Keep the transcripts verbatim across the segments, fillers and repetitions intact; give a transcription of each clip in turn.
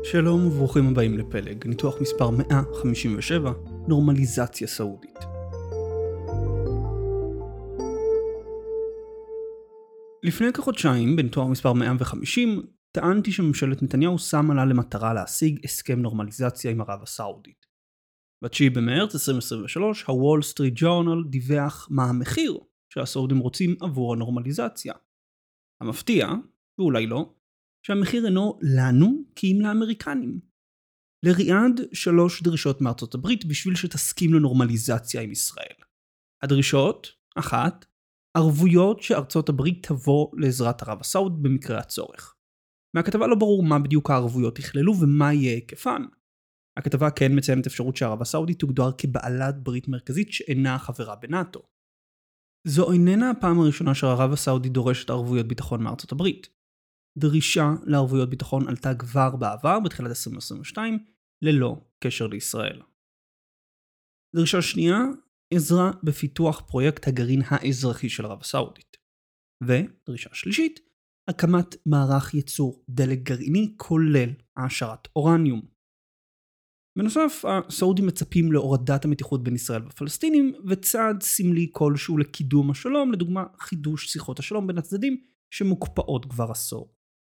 שלום וברוכים הבאים לפלג, ניתוח מספר מאה חמישים ושבע, נורמליזציה סעודית. לפני כחודשיים, בניתוח מספר מאה וחמישים, טענתי שממשלת נתניהו שמה לה למטרה להשיג הסכם נורמליזציה עם ערב הסעודית. ב-תשיעי במרץ עשרים עשרים ושלוש, הוול סטריט ג'ורנל דיווח מה המחיר שהסעודים רוצים עבור הנורמליזציה. המפתיע, ואולי לא, שהמחיר אינו לנו כי אם לאמריקנים. לריאד שלוש דרישות מארצות הברית בשביל שתסכים לנורמליזציה עם ישראל. הדרישות, אחת, ערבויות שארצות הברית תבוא לעזרת ערב הסעוד במקרה הצורך. מהכתבה לא ברור מה בדיוק הערבויות יכללו ומה יהיה היקפן. הכתבה כן מציינת אפשרות שערב הסעודית תוגדר כבעלת ברית מרכזית שאינה חברה בנאטו. זו איננה הפעם הראשונה שערב הסעודית דורשת ערבויות ביטחון מארצות הברית. דרישה לערבויות ביטחון עלתה כבר בעבר בתחילת עשרים עשרים ושתיים ללא קשר לישראל. דרישה שנייה, עזרה בפיתוח פרויקט הגרעין האזרחי של ערב הסעודית. ודרישה שלישית, הקמת מערך ייצור דלק גרעיני כולל העשרת אורניום. בנוסף, הסעודים מצפים להורדת המתיחות בין ישראל ופלסטינים וצעד סמלי כלשהו לקידום השלום, לדוגמה חידוש שיחות השלום בין הצדדים שמוקפאות כבר עשור.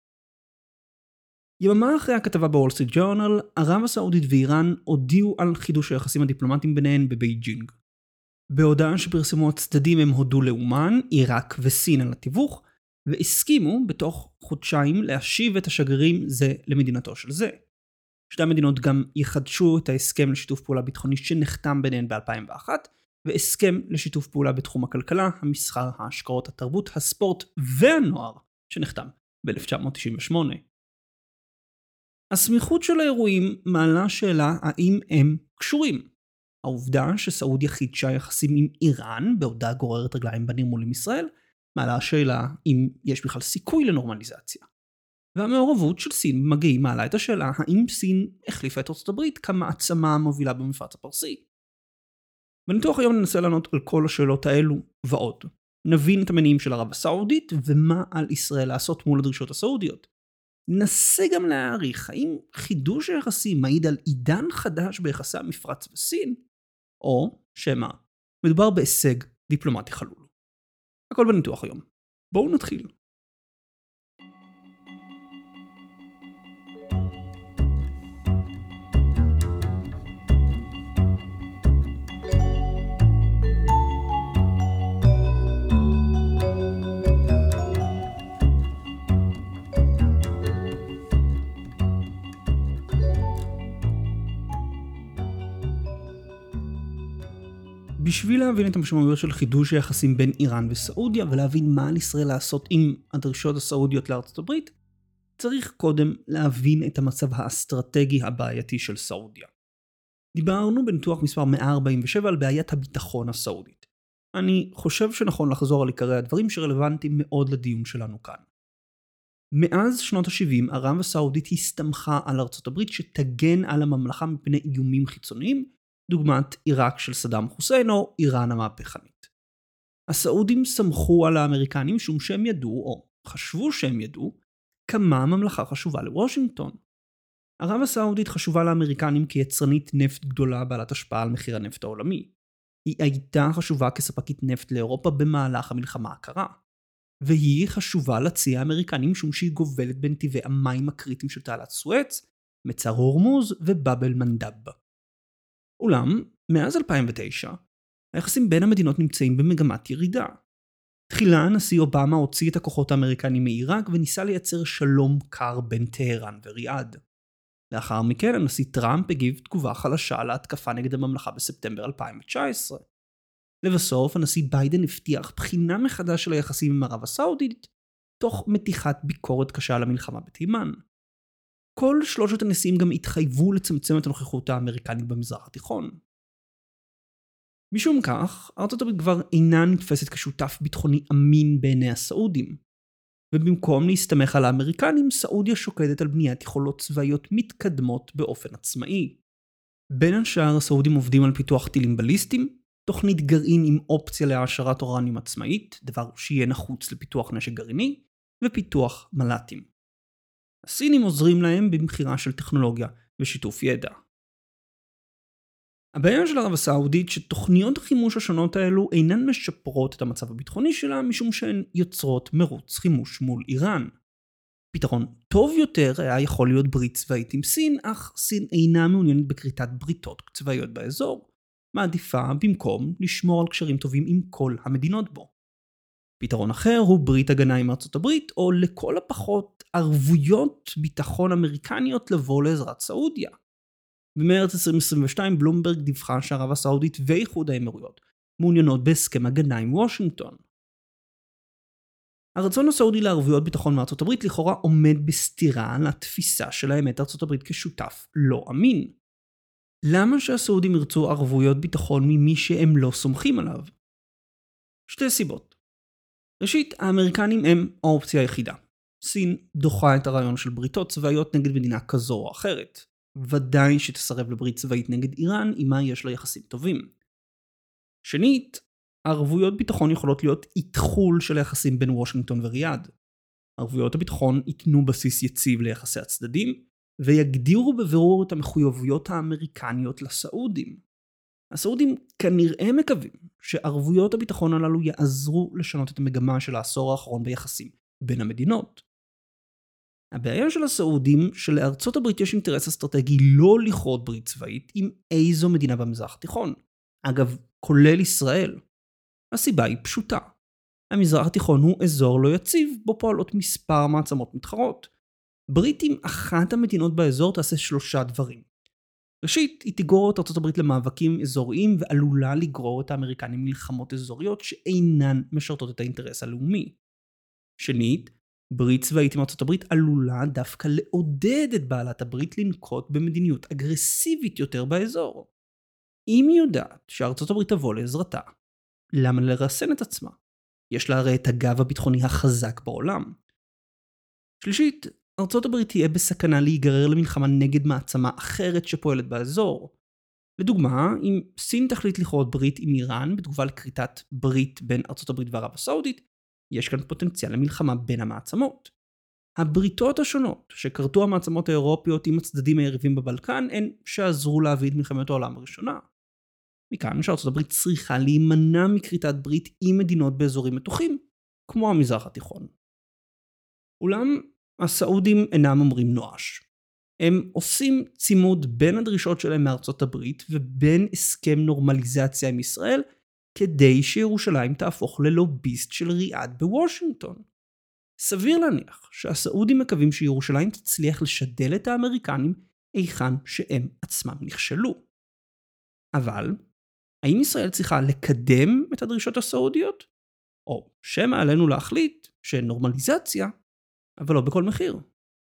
יממה אחרי הכתבה בוול סטריט ג'ורנל, ערב הסעודית ואיראן הודיעו על חידוש היחסים הדיפלומטיים ביניהן בבייג'ינג. בהודעה שפרסמו הצדדים הם הודו לאומן, עיראק וסין על התיווך, והסכימו בתוך חודשיים להשיב את השגרירים זה למדינתו של זה. שתי המדינות גם יחדשו את ההסכם לשיתוף פעולה ביטחוני שנחתם ביניהן ב-אלפיים ואחת, והסכם לשיתוף פעולה בתחום הכלכלה, המסחר, ההשקעות, התרבות, הספורט והנוער שנחתם ב-אלף תשע מאות תשעים ושמונה. הסמיכות של האירועים מעלה שאלה האם הם קשורים. העובדה שסעודיה חידשה יחסים עם איראן בעודה גוררת רגליים בנרמול עם ישראל, מעלה השאלה אם יש בכלל סיכוי לנורמליזציה. והמעורבות של סין במגעים מעלה את השאלה האם סין החליפה את ארצות הברית כמעצמה המובילה במפרץ הפרסי. בניתוח היום ננסה לענות על כל השאלות האלו ועוד. נבין את המניעים של ערב הסעודית ומה על ישראל לעשות מול הדרישות הסעודיות. ננסה גם להעריך האם חידוש היחסים מעיד על עידן חדש ביחסי המפרץ וסין, או שמה, מדובר בהישג דיפלומטי חלול. הכל בניתוח היום. בואו נתחיל. בשביל להבין את המשמעויות של חידוש היחסים בין איראן וסעודיה ולהבין מה על ישראל לעשות עם הדרישות הסעודיות לארצות הברית, צריך קודם להבין את המצב האסטרטגי הבעייתי של סעודיה. דיברנו בניתוח מספר מאה ארבעים ושבע על בעיית הביטחון הסעודית. אני חושב שנכון לחזור על עיקרי הדברים שרלוונטיים מאוד לדיון שלנו כאן. מאז שנות ה-שבעים ערב הסעודית הסתמכה על ארצות הברית שתגן על הממלכה מפני איומים חיצוניים, דוגמת עיראק של סדאם חוסיין או איראן המהפכנית. הסעודים סמכו על האמריקנים משום שהם ידעו, או חשבו שהם ידעו, כמה ממלכה חשובה לוושינגטון. ערב הסעודית חשובה לאמריקנים כיצרנית נפט גדולה בעלת השפעה על מחיר הנפט העולמי. היא הייתה חשובה כספקית נפט לאירופה במהלך המלחמה הקרה. והיא חשובה לצי האמריקנים משום שהיא גובלת בנתיבי המים הקריטיים של תעלת סואץ, מצר הורמוז ובאב אל-מנדב. אולם, מאז אלפיים ותשע, היחסים בין המדינות נמצאים במגמת ירידה. תחילה הנשיא אובמה הוציא את הכוחות האמריקנים מעיראק וניסה לייצר שלום קר בין טהרן וריאד. לאחר מכן הנשיא טראמפ הגיב תגובה חלשה להתקפה נגד הממלכה בספטמבר אלפיים תשע עשרה. לבסוף הנשיא ביידן הבטיח בחינה מחדש של היחסים עם ערב הסעודית, תוך מתיחת ביקורת קשה על המלחמה בתימן. כל שלושת הנשיאים גם התחייבו לצמצם את הנוכחות האמריקנית במזרח התיכון. משום כך, ארצות הברית כבר אינה נתפסת כשותף ביטחוני אמין בעיני הסעודים, ובמקום להסתמך על האמריקנים, סעודיה שוקדת על בניית יכולות צבאיות מתקדמות באופן עצמאי. בין השאר, הסעודים עובדים על פיתוח טילים בליסטיים, תוכנית גרעין עם אופציה להעשרת אורניום עצמאית, דבר שיהיה נחוץ לפיתוח נשק גרעיני, ופיתוח מל"טים. הסינים עוזרים להם במחירה של טכנולוגיה ושיתוף ידע. הבעיה של ערב הסעודית שתוכניות החימוש השונות האלו אינן משפרות את המצב הביטחוני שלה משום שהן יוצרות מרוץ חימוש מול איראן. פתרון טוב יותר היה יכול להיות ברית צבאית עם סין, אך סין אינה מעוניינת בכריתת בריתות צבאיות באזור, מעדיפה במקום לשמור על קשרים טובים עם כל המדינות בו. פתרון אחר הוא ברית הגנה עם ארצות הברית, או לכל הפחות ערבויות ביטחון אמריקניות לבוא לעזרת סעודיה. במרץ עשרים עשרים ושתיים בלומברג דיווחה שערב הסעודית ואיחוד האמירויות מעוניינות בהסכם הגנה עם וושינגטון. הרצון הסעודי לערבויות ביטחון מארצות הברית לכאורה עומד בסתירה לתפיסה שלהם את ארצות הברית כשותף לא אמין. למה שהסעודים ירצו ערבויות ביטחון ממי שהם לא סומכים עליו? שתי סיבות. ראשית, האמריקנים הם האופציה היחידה. סין דוחה את הרעיון של בריתות צבאיות נגד מדינה כזו או אחרת. ודאי שתסרב לברית צבאית נגד איראן, עמה יש לה יחסים טובים. שנית, ערבויות ביטחון יכולות להיות איתחול של היחסים בין וושינגטון וריאד. ערבויות הביטחון ייתנו בסיס יציב ליחסי הצדדים, ויגדירו בבירור את המחויבויות האמריקניות לסעודים. הסעודים כנראה מקווים שערבויות הביטחון הללו יעזרו לשנות את המגמה של העשור האחרון ביחסים בין המדינות. הבעיה של הסעודים שלארצות הברית יש אינטרס אסטרטגי לא לכרות ברית צבאית עם איזו מדינה במזרח התיכון. אגב, כולל ישראל. הסיבה היא פשוטה. המזרח התיכון הוא אזור לא יציב בו פועלות מספר מעצמות מתחרות. ברית עם אחת המדינות באזור תעשה שלושה דברים. ראשית, היא תגרור את ארצות הברית למאבקים אזוריים ועלולה לגרור את האמריקנים מלחמות אזוריות שאינן משרתות את האינטרס הלאומי. שנית, ברית צבאית עם ארצות הברית עלולה דווקא לעודד את בעלת הברית לנקוט במדיניות אגרסיבית יותר באזור. אם היא יודעת שארצות הברית תבוא לעזרתה, למה לרסן את עצמה? יש לה הרי את הגב הביטחוני החזק בעולם. שלישית, ארצות הברית תהיה בסכנה להיגרר למלחמה נגד מעצמה אחרת שפועלת באזור. לדוגמה, אם סין תחליט לכרות ברית עם איראן בתגובה לכריתת ברית בין ארצות הברית וערב הסעודית, יש כאן פוטנציאל למלחמה בין המעצמות. הבריתות השונות שכרתו המעצמות האירופיות עם הצדדים היריבים בבלקן הן שעזרו להביא את מלחמת העולם הראשונה. מכאן שארצות הברית צריכה להימנע מכריתת ברית עם מדינות באזורים מתוחים, כמו המזרח התיכון. אולם הסעודים אינם אומרים נואש. הם עושים צימוד בין הדרישות שלהם מארצות הברית ובין הסכם נורמליזציה עם ישראל, כדי שירושלים תהפוך ללוביסט של ריאד בוושינגטון. סביר להניח שהסעודים מקווים שירושלים תצליח לשדל את האמריקנים היכן שהם עצמם נכשלו. אבל, האם ישראל צריכה לקדם את הדרישות הסעודיות? או שמא עלינו להחליט שנורמליזציה, אבל לא בכל מחיר.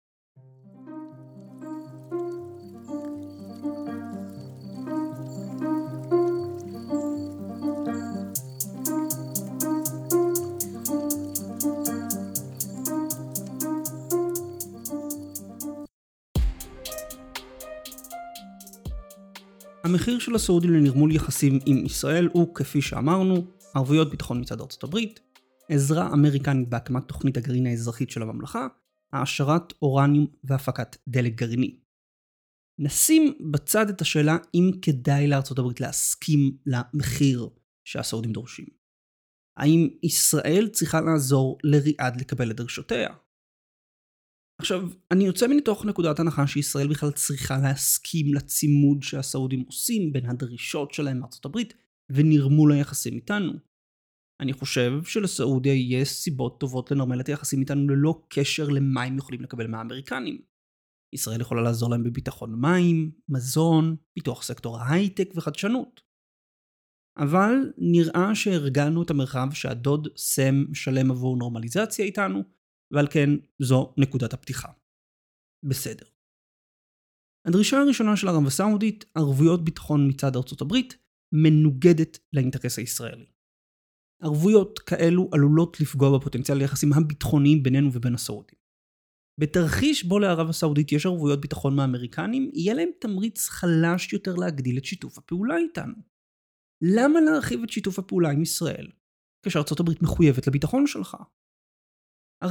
המחיר של הסעודים לנרמול יחסים עם ישראל הוא, כפי שאמרנו, ערבויות ביטחון מצד ארצות הברית, עזרה אמריקנית בהקמת תוכנית הגרעין האזרחית של הממלכה, העשרת אורניום והפקת דלק גרעיני. נשים בצד את השאלה אם כדאי לארצות הברית להסכים למחיר שהסעודים דורשים. האם ישראל צריכה לעזור לריאד לקבל את דרישותיה? עכשיו, אני יוצא מנתוך נקודת הנחה שישראל בכלל צריכה להסכים לצימוד שהסעודים עושים בין הדרישות שלהם מארצות הברית ונרמול היחסים איתנו. אני חושב שלסעודיה יש סיבות טובות לנרמל את היחסים איתנו ללא קשר למה הם יכולים לקבל מהאמריקנים. ישראל יכולה לעזור להם בביטחון מים, מזון, פיתוח סקטור ההייטק וחדשנות. אבל נראה שהרגלנו את המרחב שהדוד סם משלם עבור נורמליזציה איתנו, ועל כן זו נקודת הפתיחה. בסדר. הדרישה הראשונה של ערב הסעודית, ערבויות ביטחון מצד ארצות הברית, מנוגדת לאינטרס הישראלי. ערבויות כאלו עלולות לפגוע בפוטנציאל היחסים הביטחוניים בינינו ובין הסעודים. בתרחיש בו לערב הסעודית יש ערבויות ביטחון מהאמריקנים, יהיה להם תמריץ חלש יותר להגדיל את שיתוף הפעולה איתנו. למה להרחיב את שיתוף הפעולה עם ישראל, כשארצות הברית מחויבת לביטחון שלך? הרי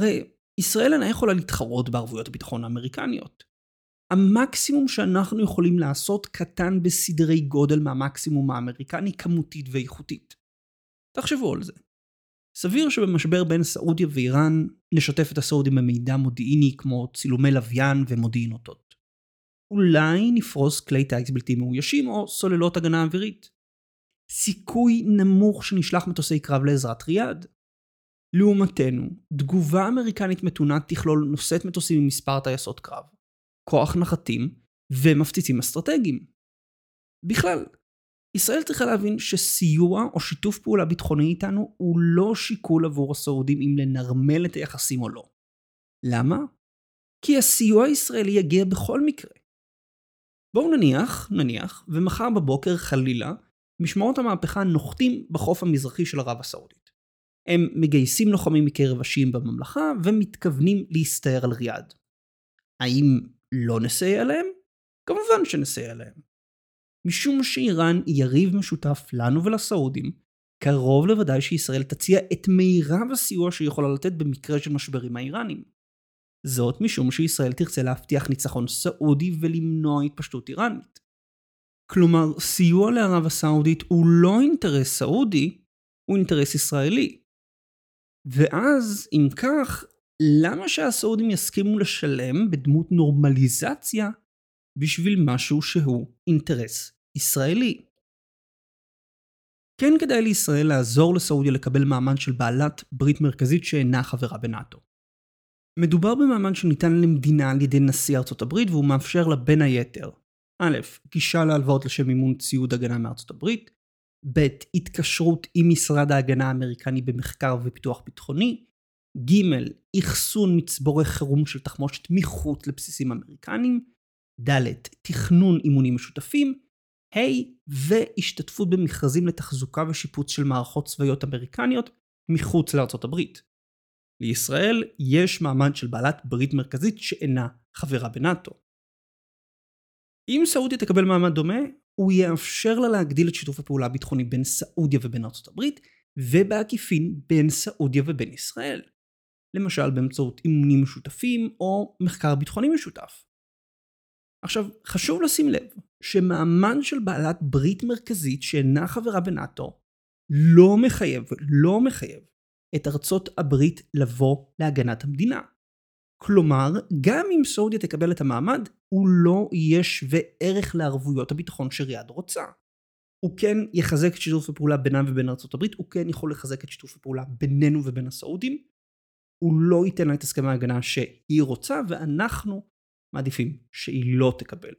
ישראל אינה יכולה להתחרות בערבויות הביטחון האמריקניות. המקסימום שאנחנו יכולים לעשות קטן בסדרי גודל מהמקסימום האמריקני כמותית ואיכותית. תחשבו על זה. סביר שבמשבר בין סעודיה ואיראן נשתף את הסעודים במידע מודיעיני כמו צילומי לוויין ומודיעין אותות. אולי נפרוס כלי טיס בלתי מאוישים או סוללות הגנה אווירית. סיכוי נמוך שנשלח מטוסי קרב לעזרת ריאד. לעומתנו, תגובה אמריקנית מתונה תכלול נושאת מטוסים עם מספר טייסות קרב, כוח נחתים ומפציצים אסטרטגיים. בכלל, ישראל צריכה להבין שסיוע או שיתוף פעולה ביטחוני איתנו הוא לא שיקול עבור הסעודים אם לנרמל את היחסים או לא. למה? כי הסיוע הישראלי יגיע בכל מקרה. בואו נניח, נניח, ומחר בבוקר חלילה, משמעות המהפכה נוחתים בחוף המזרחי של ערב הסעודית. הם מגייסים לוחמים מקרב השיעים בממלכה ומתכוונים להסתער על ריאד. האם לא נסייע להם? כמובן שנסייע להם. משום שאיראן היא יריב משותף לנו ולסעודים, קרוב לוודאי שישראל תציע את מירב הסיוע שהיא יכולה לתת במקרה של משברים האיראנים. זאת משום שישראל תרצה להבטיח ניצחון סעודי ולמנוע התפשטות איראנית. כלומר, סיוע לערב הסעודית הוא לא אינטרס סעודי, הוא אינטרס ישראלי. ואז, אם כך, למה שהסעודים יסכימו לשלם בדמות נורמליזציה בשביל משהו שהוא אינטרס ישראלי? כן כדאי לישראל לעזור לסעודיה לקבל מעמד של בעלת ברית מרכזית שאינה חברה בנאטו. מדובר במעמד שניתן למדינה על ידי נשיא ארצות הברית והוא מאפשר לה בין היתר א', גישה להלוואות לשם מימון ציוד הגנה מארצות הברית, ב', התקשרות עם משרד ההגנה האמריקני במחקר ופיתוח ביטחוני, ג', אחסון מצבורי חירום של תחמושת מחוץ לבסיסים אמריקנים, ד', תכנון אימונים משותפים, ה', והשתתפות במכרזים לתחזוקה ושיפוץ של מערכות צבאיות אמריקניות מחוץ לארצות הברית. לישראל יש מעמד של בעלת ברית מרכזית שאינה חברה בנאטו. אם סעודיה תקבל מעמד דומה, הוא יאפשר לה להגדיל את שיתוף הפעולה הביטחוני בין סעודיה ובין ארצות הברית, ובעקיפין בין סעודיה ובין ישראל. למשל באמצעות אימונים משותפים או מחקר ביטחוני משותף. עכשיו, חשוב לשים לב שמעמד של בעלת ברית מרכזית שאינה חברה בנאטו לא מחייב, לא מחייב את ארצות הברית לבוא להגנת המדינה. כלומר, גם אם סעודיה תקבל את המעמד, הוא לא יהיה שווה ערך לערבויות הביטחון שריאד רוצה. הוא כן יחזק את שיתוף הפעולה בינם ובין ארצות הברית, הוא כן יכול לחזק את שיתוף הפעולה בינינו ובין הסעודים, הוא לא ייתן לה את הסכמי ההגנה שהיא רוצה, ואנחנו מעדיפים שהיא לא תקבל.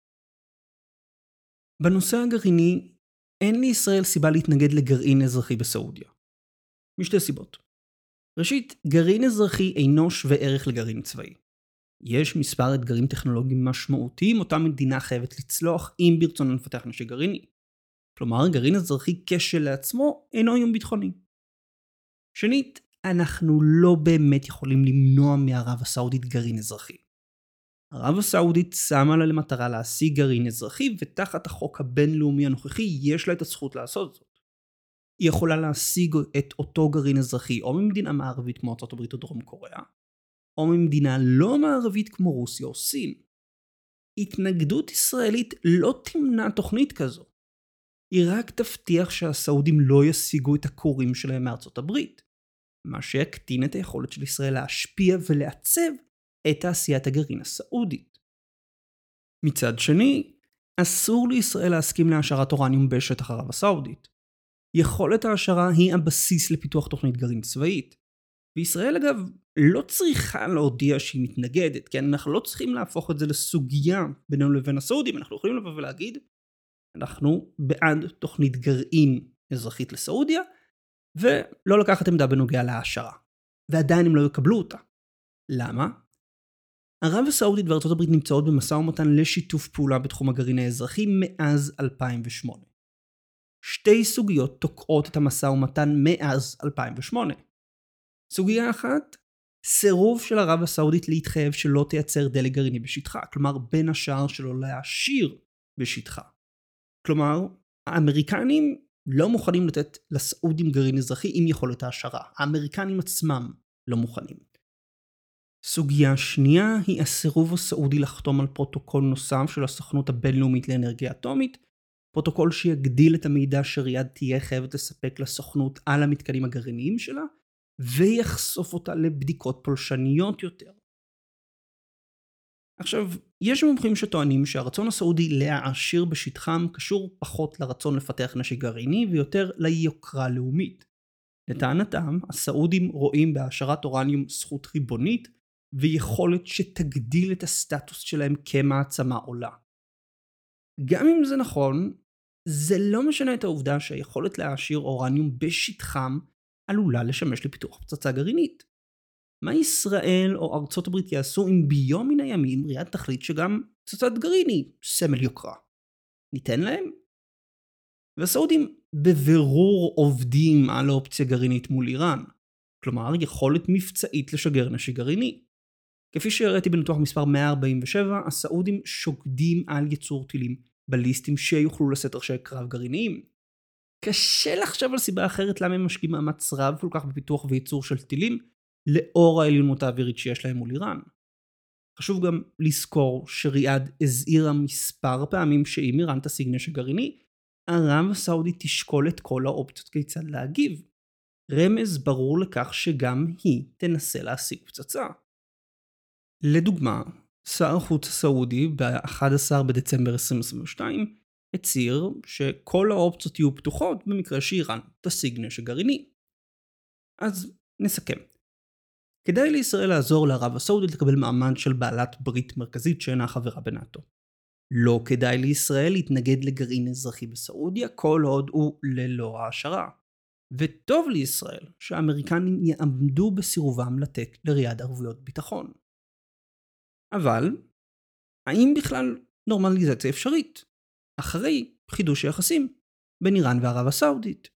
בנושא הגרעיני, אין לישראל סיבה להתנגד לגרעין אזרחי בסעודיה. משתי סיבות. ראשית, גרעין אזרחי אינו שווה ערך לגרעין צבאי. יש מספר אתגרים טכנולוגיים משמעותיים אותם מדינה חייבת לצלוח אם ברצונה לפתח נשק גרעיני. כלומר, גרעין אזרחי כשלעצמו אינו איום ביטחוני. שנית, אנחנו לא באמת יכולים למנוע מערב הסעודית גרעין אזרחי. ערב הסעודית שמה לה למטרה להשיג גרעין אזרחי, ותחת החוק הבינלאומי הנוכחי יש לה את הזכות לעשות זאת. היא יכולה להשיג את אותו גרעין אזרחי או ממדינה מערבית כמו ארצות הברית או דרום קוריאה, או ממדינה לא מערבית כמו רוסיה או סין. התנגדות ישראלית לא תמנע תוכנית כזו. היא רק תבטיח שהסעודים לא ישיגו את הכורים שלהם מארצות הברית, מה שיקטין את היכולת של ישראל להשפיע ולעצב את תעשיית הגרעין הסעודית. מצד שני, אסור לישראל להסכים להשארת אורניום בשטח ערב הסעודית. יכולת ההשארה היא הבסיס לפיתוח תוכנית גרעין צבאית. וישראל אגב לא צריכה להודיע שהיא מתנגדת, כי אנחנו לא צריכים להפוך את זה לסוגיה בינינו לבין הסעודים, אנחנו יכולים לבוא ולהגיד, אנחנו בעד תוכנית גרעין אזרחית לסעודיה, ולא לקחת עמדה בנוגע להשארה. ועדיין הם לא יקבלו אותה. למה? ערב הסעודית וארצות הברית נמצאות במשא ומתן לשיתוף פעולה בתחום הגרעין האזרחי מאז אלפיים ושמונה. שתי סוגיות תוקעות את המשא ומתן מאז אלפיים ושמונה. סוגיה אחת, סירוב של ערב הסעודית להתחייב שלא תייצר דלק גרעיני בשטחה, כלומר בין השאר שלא להשאיר בשטחה. כלומר, האמריקנים לא מוכנים לתת לסעודים גרעין אזרחי עם יכולת ההשארה. האמריקנים עצמם לא מוכנים. סוגיה שנייה היא הסירוב הסעודי לחתום על פרוטוקול נוסף של הסוכנות הבינלאומית לאנרגיה אטומית, פרוטוקול שיגדיל את המידע שריאד תהיה חייבת לספק לסוכנות על המתקנים הגרעיניים שלה, ויחשוף אותה לבדיקות פולשניות יותר. עכשיו, יש מומחים שטוענים שהרצון הסעודי להעשיר בשטחם קשור פחות לרצון לפתח נשק גרעיני ויותר ליוקרה לאומית. לטענתם, הסעודים רואים בהעשרת אורניום זכות ריבונית ויכולת שתגדיל את הסטטוס שלהם כמעצמה עולה. גם אם זה נכון, זה לא משנה את העובדה שהיכולת להעשיר אורניום בשטחם עלולה לשמש לפיתוח פצצה גרעינית. מה ישראל או ארצות הברית יעשו אם ביום מן הימים ריאד תחליט שגם פצצת גרעין היא סמל יוקרה? ניתן להם? והסעודים בבירור עובדים על האופציה גרעינית מול איראן, כלומר יכולת מבצעית לשגר נשק גרעיני. כפי שהראיתי בניתוח מספר מאה ארבעים ושבע, הסעודים שוקדים על ייצור טילים בליסטים שיוכלו לשאת ראשי קרב גרעיניים. קשה לחשוב על סיבה אחרת למה הם משקיעים מאמץ רב כל כך בפיתוח וייצור של טילים, לאור העליונות האווירית שיש להם מול איראן. חשוב גם לזכור שריאד הזהירה מספר פעמים שאם איראן תשיג נשק גרעיני, ערב הסעודית תשקול את כל האופציות כיצד להגיב. רמז ברור לכך שגם היא תנסה להשיג פצצה. לדוגמה, שר החוץ הסעודי ב-אחד עשר בדצמבר עשרים עשרים ושתיים הצהיר שכל האופציות יהיו פתוחות במקרה שאיראן תשיג נשק גרעיני. אז נסכם. כדאי לישראל לעזור לערב הסעודית לקבל מעמד של בעלת ברית מרכזית שאינה חברה בנאטו. לא כדאי לישראל להתנגד לגרעין אזרחי בסעודיה כל עוד הוא ללא העשרה. וטוב לישראל שהאמריקנים יעמדו בסירובם לתת לריאד ערבויות ביטחון. אבל, האם בכלל נורמליזציה אפשרית? אחרי חידוש היחסים בין איראן וערב הסעודית.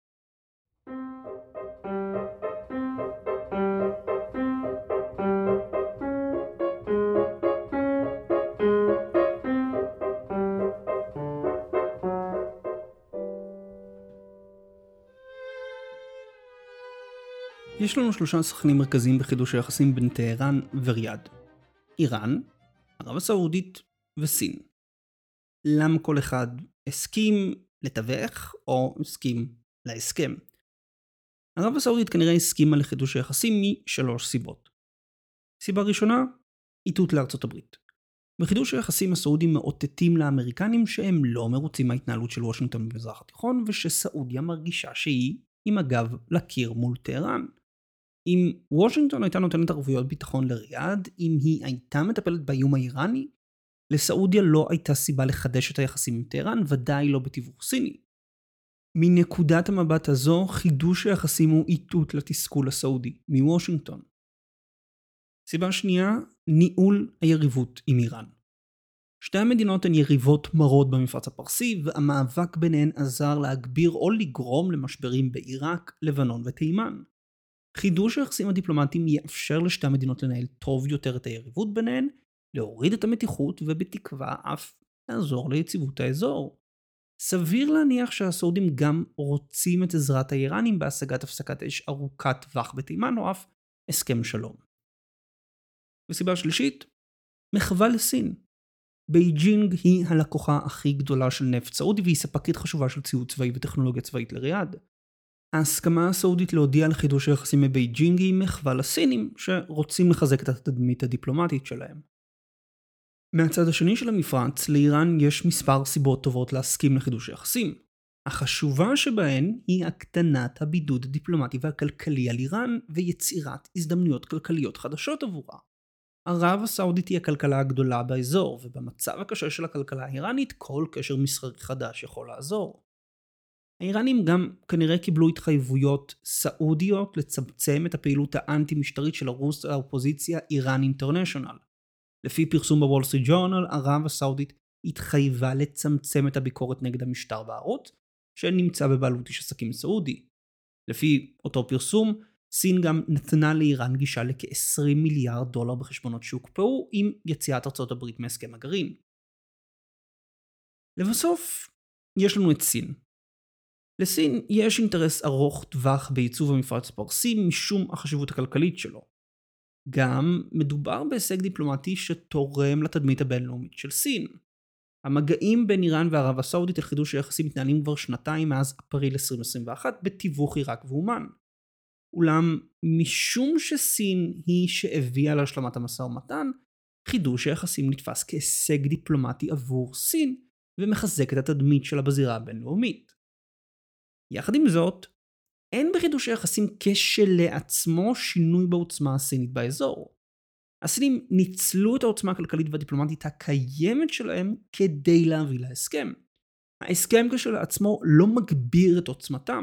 יש לנו שלושה סוכנים מרכזיים בחידוש היחסים בין טהרן וריאד. איראן, ערב הסעודית וסין. למה כל אחד הסכים לתווך או הסכים להסכם? ערב הסעודית כנראה הסכימה לחידוש היחסים משלוש סיבות. סיבה ראשונה, איתות לארצות הברית. בחידוש היחסים הסעודים מאותתים לאמריקנים שהם לא מרוצים מההתנהלות של וושינגטון במזרח התיכון ושסעודיה מרגישה שהיא עם הגב לקיר מול טהרן. אם וושינגטון הייתה נותנת ערבויות ביטחון לריאד, אם היא הייתה מטפלת באיום האיראני, לסעודיה לא הייתה סיבה לחדש את היחסים עם טהרן, ודאי לא בתיווך סיני. מנקודת המבט הזו, חידוש היחסים הוא איתות לתסכול הסעודי מוושינגטון. סיבה שנייה, ניהול היריבות עם איראן. שתי המדינות הן יריבות מרות במפרץ הפרסי, והמאבק ביניהן עזר להגביר או לגרום למשברים בעיראק, לבנון ותימן. חידוש היחסים הדיפלומטיים יאפשר לשתי המדינות לנהל טוב יותר את היריבות ביניהן, להוריד את המתיחות ובתקווה אף לעזור ליציבות האזור. סביר להניח שהסעודים גם רוצים את עזרת האיראנים בהשגת הפסקת אש ארוכת טווח בתימן או אף הסכם שלום. וסיבה שלישית, מחווה לסין. בייג'ינג היא הלקוחה הכי גדולה של נפט סעודי והיא ספקית חשובה של ציוד צבאי וטכנולוגיה צבאית לריאד. ההסכמה הסעודית להודיע על חידוש היחסים מבייג'ינג היא מחווה לסינים שרוצים לחזק את התדמית הדיפלומטית שלהם. מהצד השני של המפרץ, לאיראן יש מספר סיבות טובות להסכים לחידוש היחסים. החשובה שבהן היא הקטנת הבידוד הדיפלומטי והכלכלי על איראן ויצירת הזדמנויות כלכליות חדשות עבורה. ערב הסעודית היא הכלכלה הגדולה באזור, ובמצב הקשה של הכלכלה האיראנית כל קשר מסחרי חדש יכול לעזור. האיראנים גם כנראה קיבלו התחייבויות סעודיות לצמצם את הפעילות האנטי-משטרית של ערוץ האופוזיציה איראן אינטרנשיונל. לפי פרסום בוול סטריט ג'ורנל, ערב הסעודית התחייבה לצמצם את הביקורת נגד המשטר בערוץ, שנמצא בבעלות איש עסקים סעודי. לפי אותו פרסום, סין גם נתנה לאיראן גישה לכ-עשרים מיליארד דולר בחשבונות שהוקפאו עם יציאת ארצות הברית מהסכם הגרעין. לבסוף, יש לנו את סין. לסין יש אינטרס ארוך טווח בעיצוב המפרץ הפרסי משום החשיבות הכלכלית שלו. גם מדובר בהישג דיפלומטי שתורם לתדמית הבינלאומית של סין. המגעים בין איראן וערב הסעודית לחידוש היחסים מתנהלים כבר שנתיים מאז אפריל עשרים עשרים ואחת בתיווך עיראק ואומן. אולם משום שסין היא שהביאה להשלמת המשא ומתן, חידוש היחסים נתפס כהישג דיפלומטי עבור סין ומחזק את התדמית שלה בזירה הבינלאומית. יחד עם זאת, אין בחידוש היחסים כשלעצמו שינוי בעוצמה הסינית באזור. הסינים ניצלו את העוצמה הכלכלית והדיפלומטית הקיימת שלהם כדי להביא להסכם. ההסכם כשלעצמו לא מגביר את עוצמתם.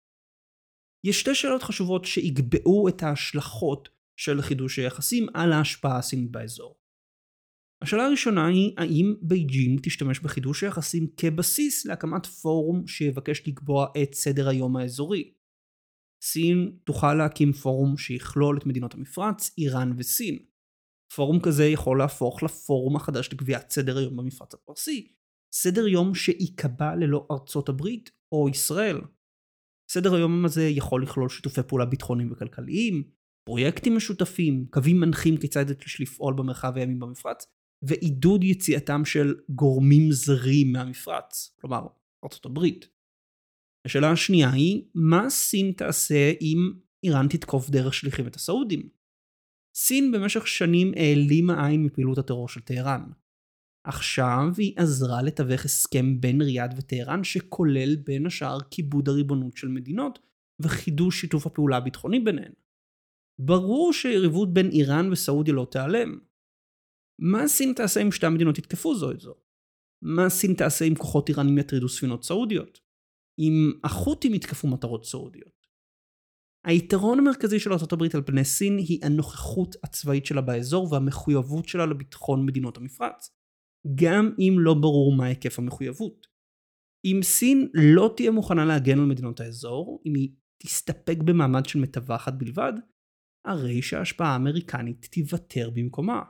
יש שתי שאלות חשובות שיגבעו את ההשלכות של חידוש היחסים על ההשפעה הסינית באזור. השאלה הראשונה היא האם בייג'ינג תשתמש בחידוש היחסים כבסיס להקמת פורום שיבקש לקבוע את סדר היום האזורי. סין תוכל להקים פורום שיכלול את מדינות המפרץ, איראן וסין. פורום כזה יכול להפוך לפורום החדש לקביעת סדר היום במפרץ הפרסי, סדר יום שיקבע ללא ארצות הברית או ישראל. סדר היום הזה יכול לכלול שיתופי פעולה ביטחוניים וכלכליים, פרויקטים משותפים, קווים מנחים כיצד יש לפעול במרחב הימי במפרץ, ועידוד יציאתם של גורמים זרים מהמפרץ, כלומר ארצות הברית. השאלה השנייה היא, מה סין תעשה אם איראן תתקוף דרך שליחים את הסעודים? סין במשך שנים העלימה עין מפעילות הטרור של טהרן. עכשיו היא עזרה לתווך הסכם בין ריאד וטהרן שכולל בין השאר כיבוד הריבונות של מדינות וחידוש שיתוף הפעולה הביטחוני ביניהן. ברור שיריבות בין איראן וסעודיה לא תיעלם. מה סין תעשה אם שתי המדינות יתקפו זו את זו? מה סין תעשה אם כוחות איראנים יטרידו ספינות סעודיות? אם החות'ים יתקפו מטרות סעודיות? היתרון המרכזי של ארצות הברית על פני סין היא הנוכחות הצבאית שלה באזור והמחויבות שלה לביטחון מדינות המפרץ, גם אם לא ברור מה היקף המחויבות. אם סין לא תהיה מוכנה להגן על מדינות האזור, אם היא תסתפק במעמד של מטווחת בלבד, הרי שההשפעה האמריקנית תיוותר במקומה.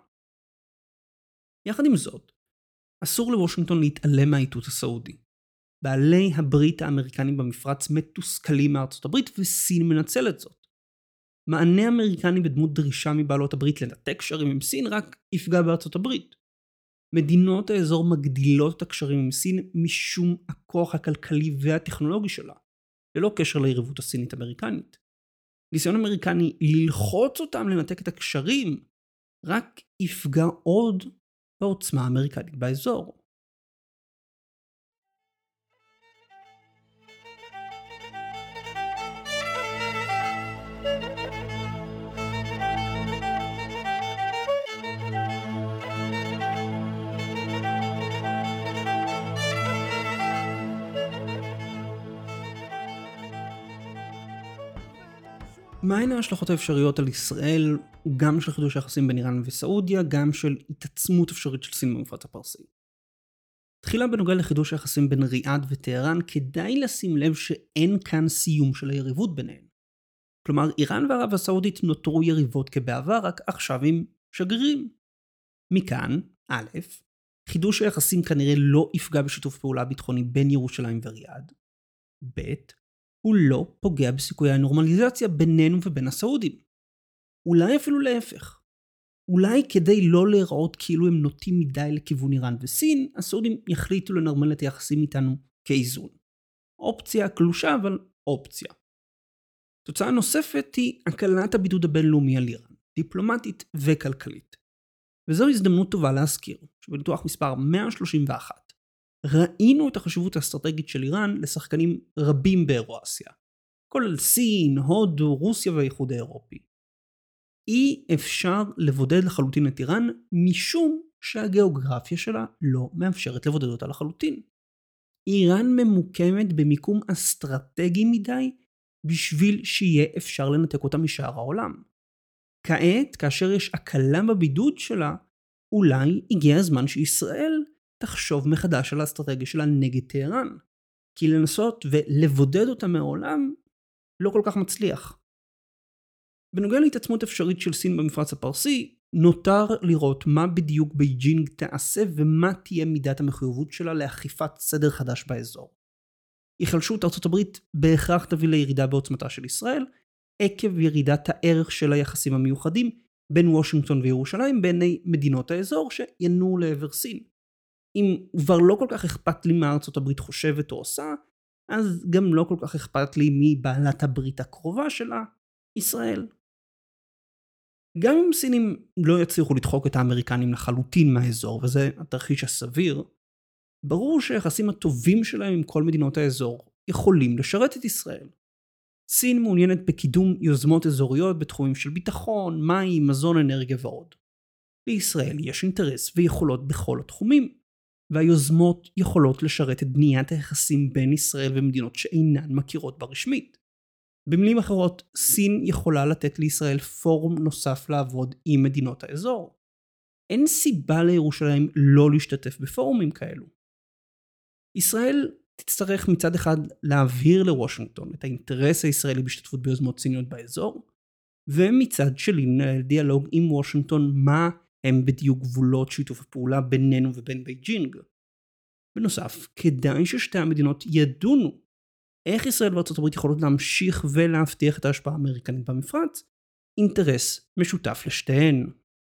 יחד עם זאת, אסור לוושינגטון להתעלם מהאיתות הסעודי. בעלי הברית האמריקנים במפרץ מתוסכלים מארצות הברית וסין מנצלת זאת. מענה אמריקני בדמות דרישה מבעלות הברית לנתק קשרים עם סין רק יפגע בארצות הברית. מדינות האזור מגדילות את הקשרים עם סין משום הכוח הכלכלי והטכנולוגי שלה, ללא קשר ליריבות הסינית-אמריקנית. ניסיון אמריקני ללחוץ אותם לנתק את הקשרים רק יפגע עוד בעוצמה האמריקנית באזור. מהן ההשלכות האפשריות על ישראל, גם של חידוש היחסים בין איראן וסעודיה, גם של התעצמות אפשרית של סין במפרץ הפרסי? תחילה בנוגע לחידוש היחסים בין ריאד וטהרן, כדאי לשים לב שאין כאן סיום של היריבות ביניהן. כלומר, איראן וערב הסעודית נותרו יריבות כבעבר, רק עכשיו עם שגרירים. מכאן, א', חידוש היחסים כנראה לא יפגע בשיתוף פעולה ביטחוני בין ירושלים וריאד. ב', הוא לא פוגע בסיכויי הנורמליזציה בינינו ובין הסעודים. אולי אפילו להפך. אולי כדי לא להיראות כאילו הם נוטים מדי לכיוון איראן וסין, הסעודים יחליטו לנרמל את היחסים איתנו כאיזון. אופציה קלושה, אבל אופציה. תוצאה נוספת היא הקלת הבידוד הבינלאומי על איראן, דיפלומטית וכלכלית. וזו הזדמנות טובה להזכיר, שבניתוח מספר מאה שלושים ואחת, ראינו את החשיבות האסטרטגית של איראן לשחקנים רבים באירואסיה, כולל סין, הודו, רוסיה והאיחוד האירופי. אי אפשר לבודד לחלוטין את איראן משום שהגיאוגרפיה שלה לא מאפשרת לבודד אותה לחלוטין. איראן ממוקמת במיקום אסטרטגי מדי בשביל שיהיה אפשר לנתק אותה משאר העולם. כעת, כאשר יש הקלה בבידוד שלה, אולי הגיע הזמן שישראל תחשוב מחדש על האסטרטגיה שלה נגד טהרן, כי לנסות ולבודד אותה מהעולם לא כל כך מצליח. בנוגע להתעצמות אפשרית של סין במפרץ הפרסי, נותר לראות מה בדיוק בייג'ינג תעשה ומה תהיה מידת המחויבות שלה לאכיפת סדר חדש באזור. היחלשות ארצות הברית בהכרח תביא לירידה בעוצמתה של ישראל, עקב ירידת הערך של היחסים המיוחדים בין וושינגטון וירושלים, ביני מדינות האזור שינועו לעבר סין. אם כבר לא כל כך אכפת לי מה ארצות הברית חושבת או עושה, אז גם לא כל כך אכפת לי מבעלת הברית הקרובה שלה, ישראל. גם אם סינים לא יצליחו לדחוק את האמריקנים לחלוטין מהאזור, וזה התרחיש הסביר, ברור שהיחסים הטובים שלהם עם כל מדינות האזור יכולים לשרת את ישראל. סין מעוניינת בקידום יוזמות אזוריות בתחומים של ביטחון, מים, מזון, אנרגיה ועוד. לישראל יש אינטרס ויכולות בכל התחומים, והיוזמות יכולות לשרת את בניית היחסים בין ישראל ומדינות שאינן מכירות ברשמית. במילים אחרות, סין יכולה לתת לישראל פורום נוסף לעבוד עם מדינות האזור. אין סיבה לירושלים לא להשתתף בפורומים כאלו. ישראל תצטרך מצד אחד להבהיר לוושינגטון את האינטרס הישראלי בהשתתפות ביוזמות סיניות באזור, ומצד שלי לנהל דיאלוג עם וושינגטון מה הם בדיוק גבולות שיתוף הפעולה בינינו ובין בייג'ינג. בנוסף, כדאי ששתי המדינות ידונו איך ישראל וארצות הברית יכולות להמשיך ולהבטיח את ההשפעה האמריקנית במפרץ, אינטרס משותף לשתיהן.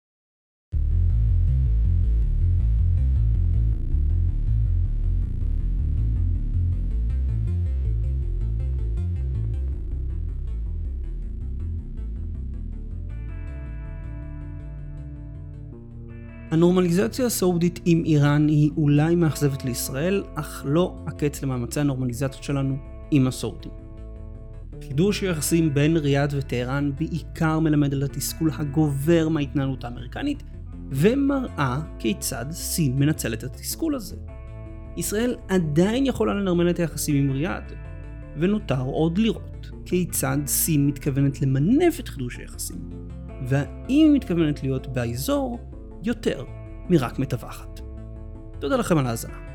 הנורמליזציה הסעודית עם איראן היא אולי מאכזבת לישראל, אך לא הקץ למאמצי הנורמליזציות שלנו עם הסעודים. חידוש היחסים בין ריאד וטהרן בעיקר מלמד על התסכול הגובר מההתנהלות האמריקנית, ומראה כיצד סין מנצלת את התסכול הזה. ישראל עדיין יכולה לנרמל את היחסים עם ריאד, ונותר עוד לראות כיצד סין מתכוונת למנף את חידוש היחסים, והאם היא מתכוונת להיות באזור יותר מרק מטווחת. תודה לכם על ההאזנה.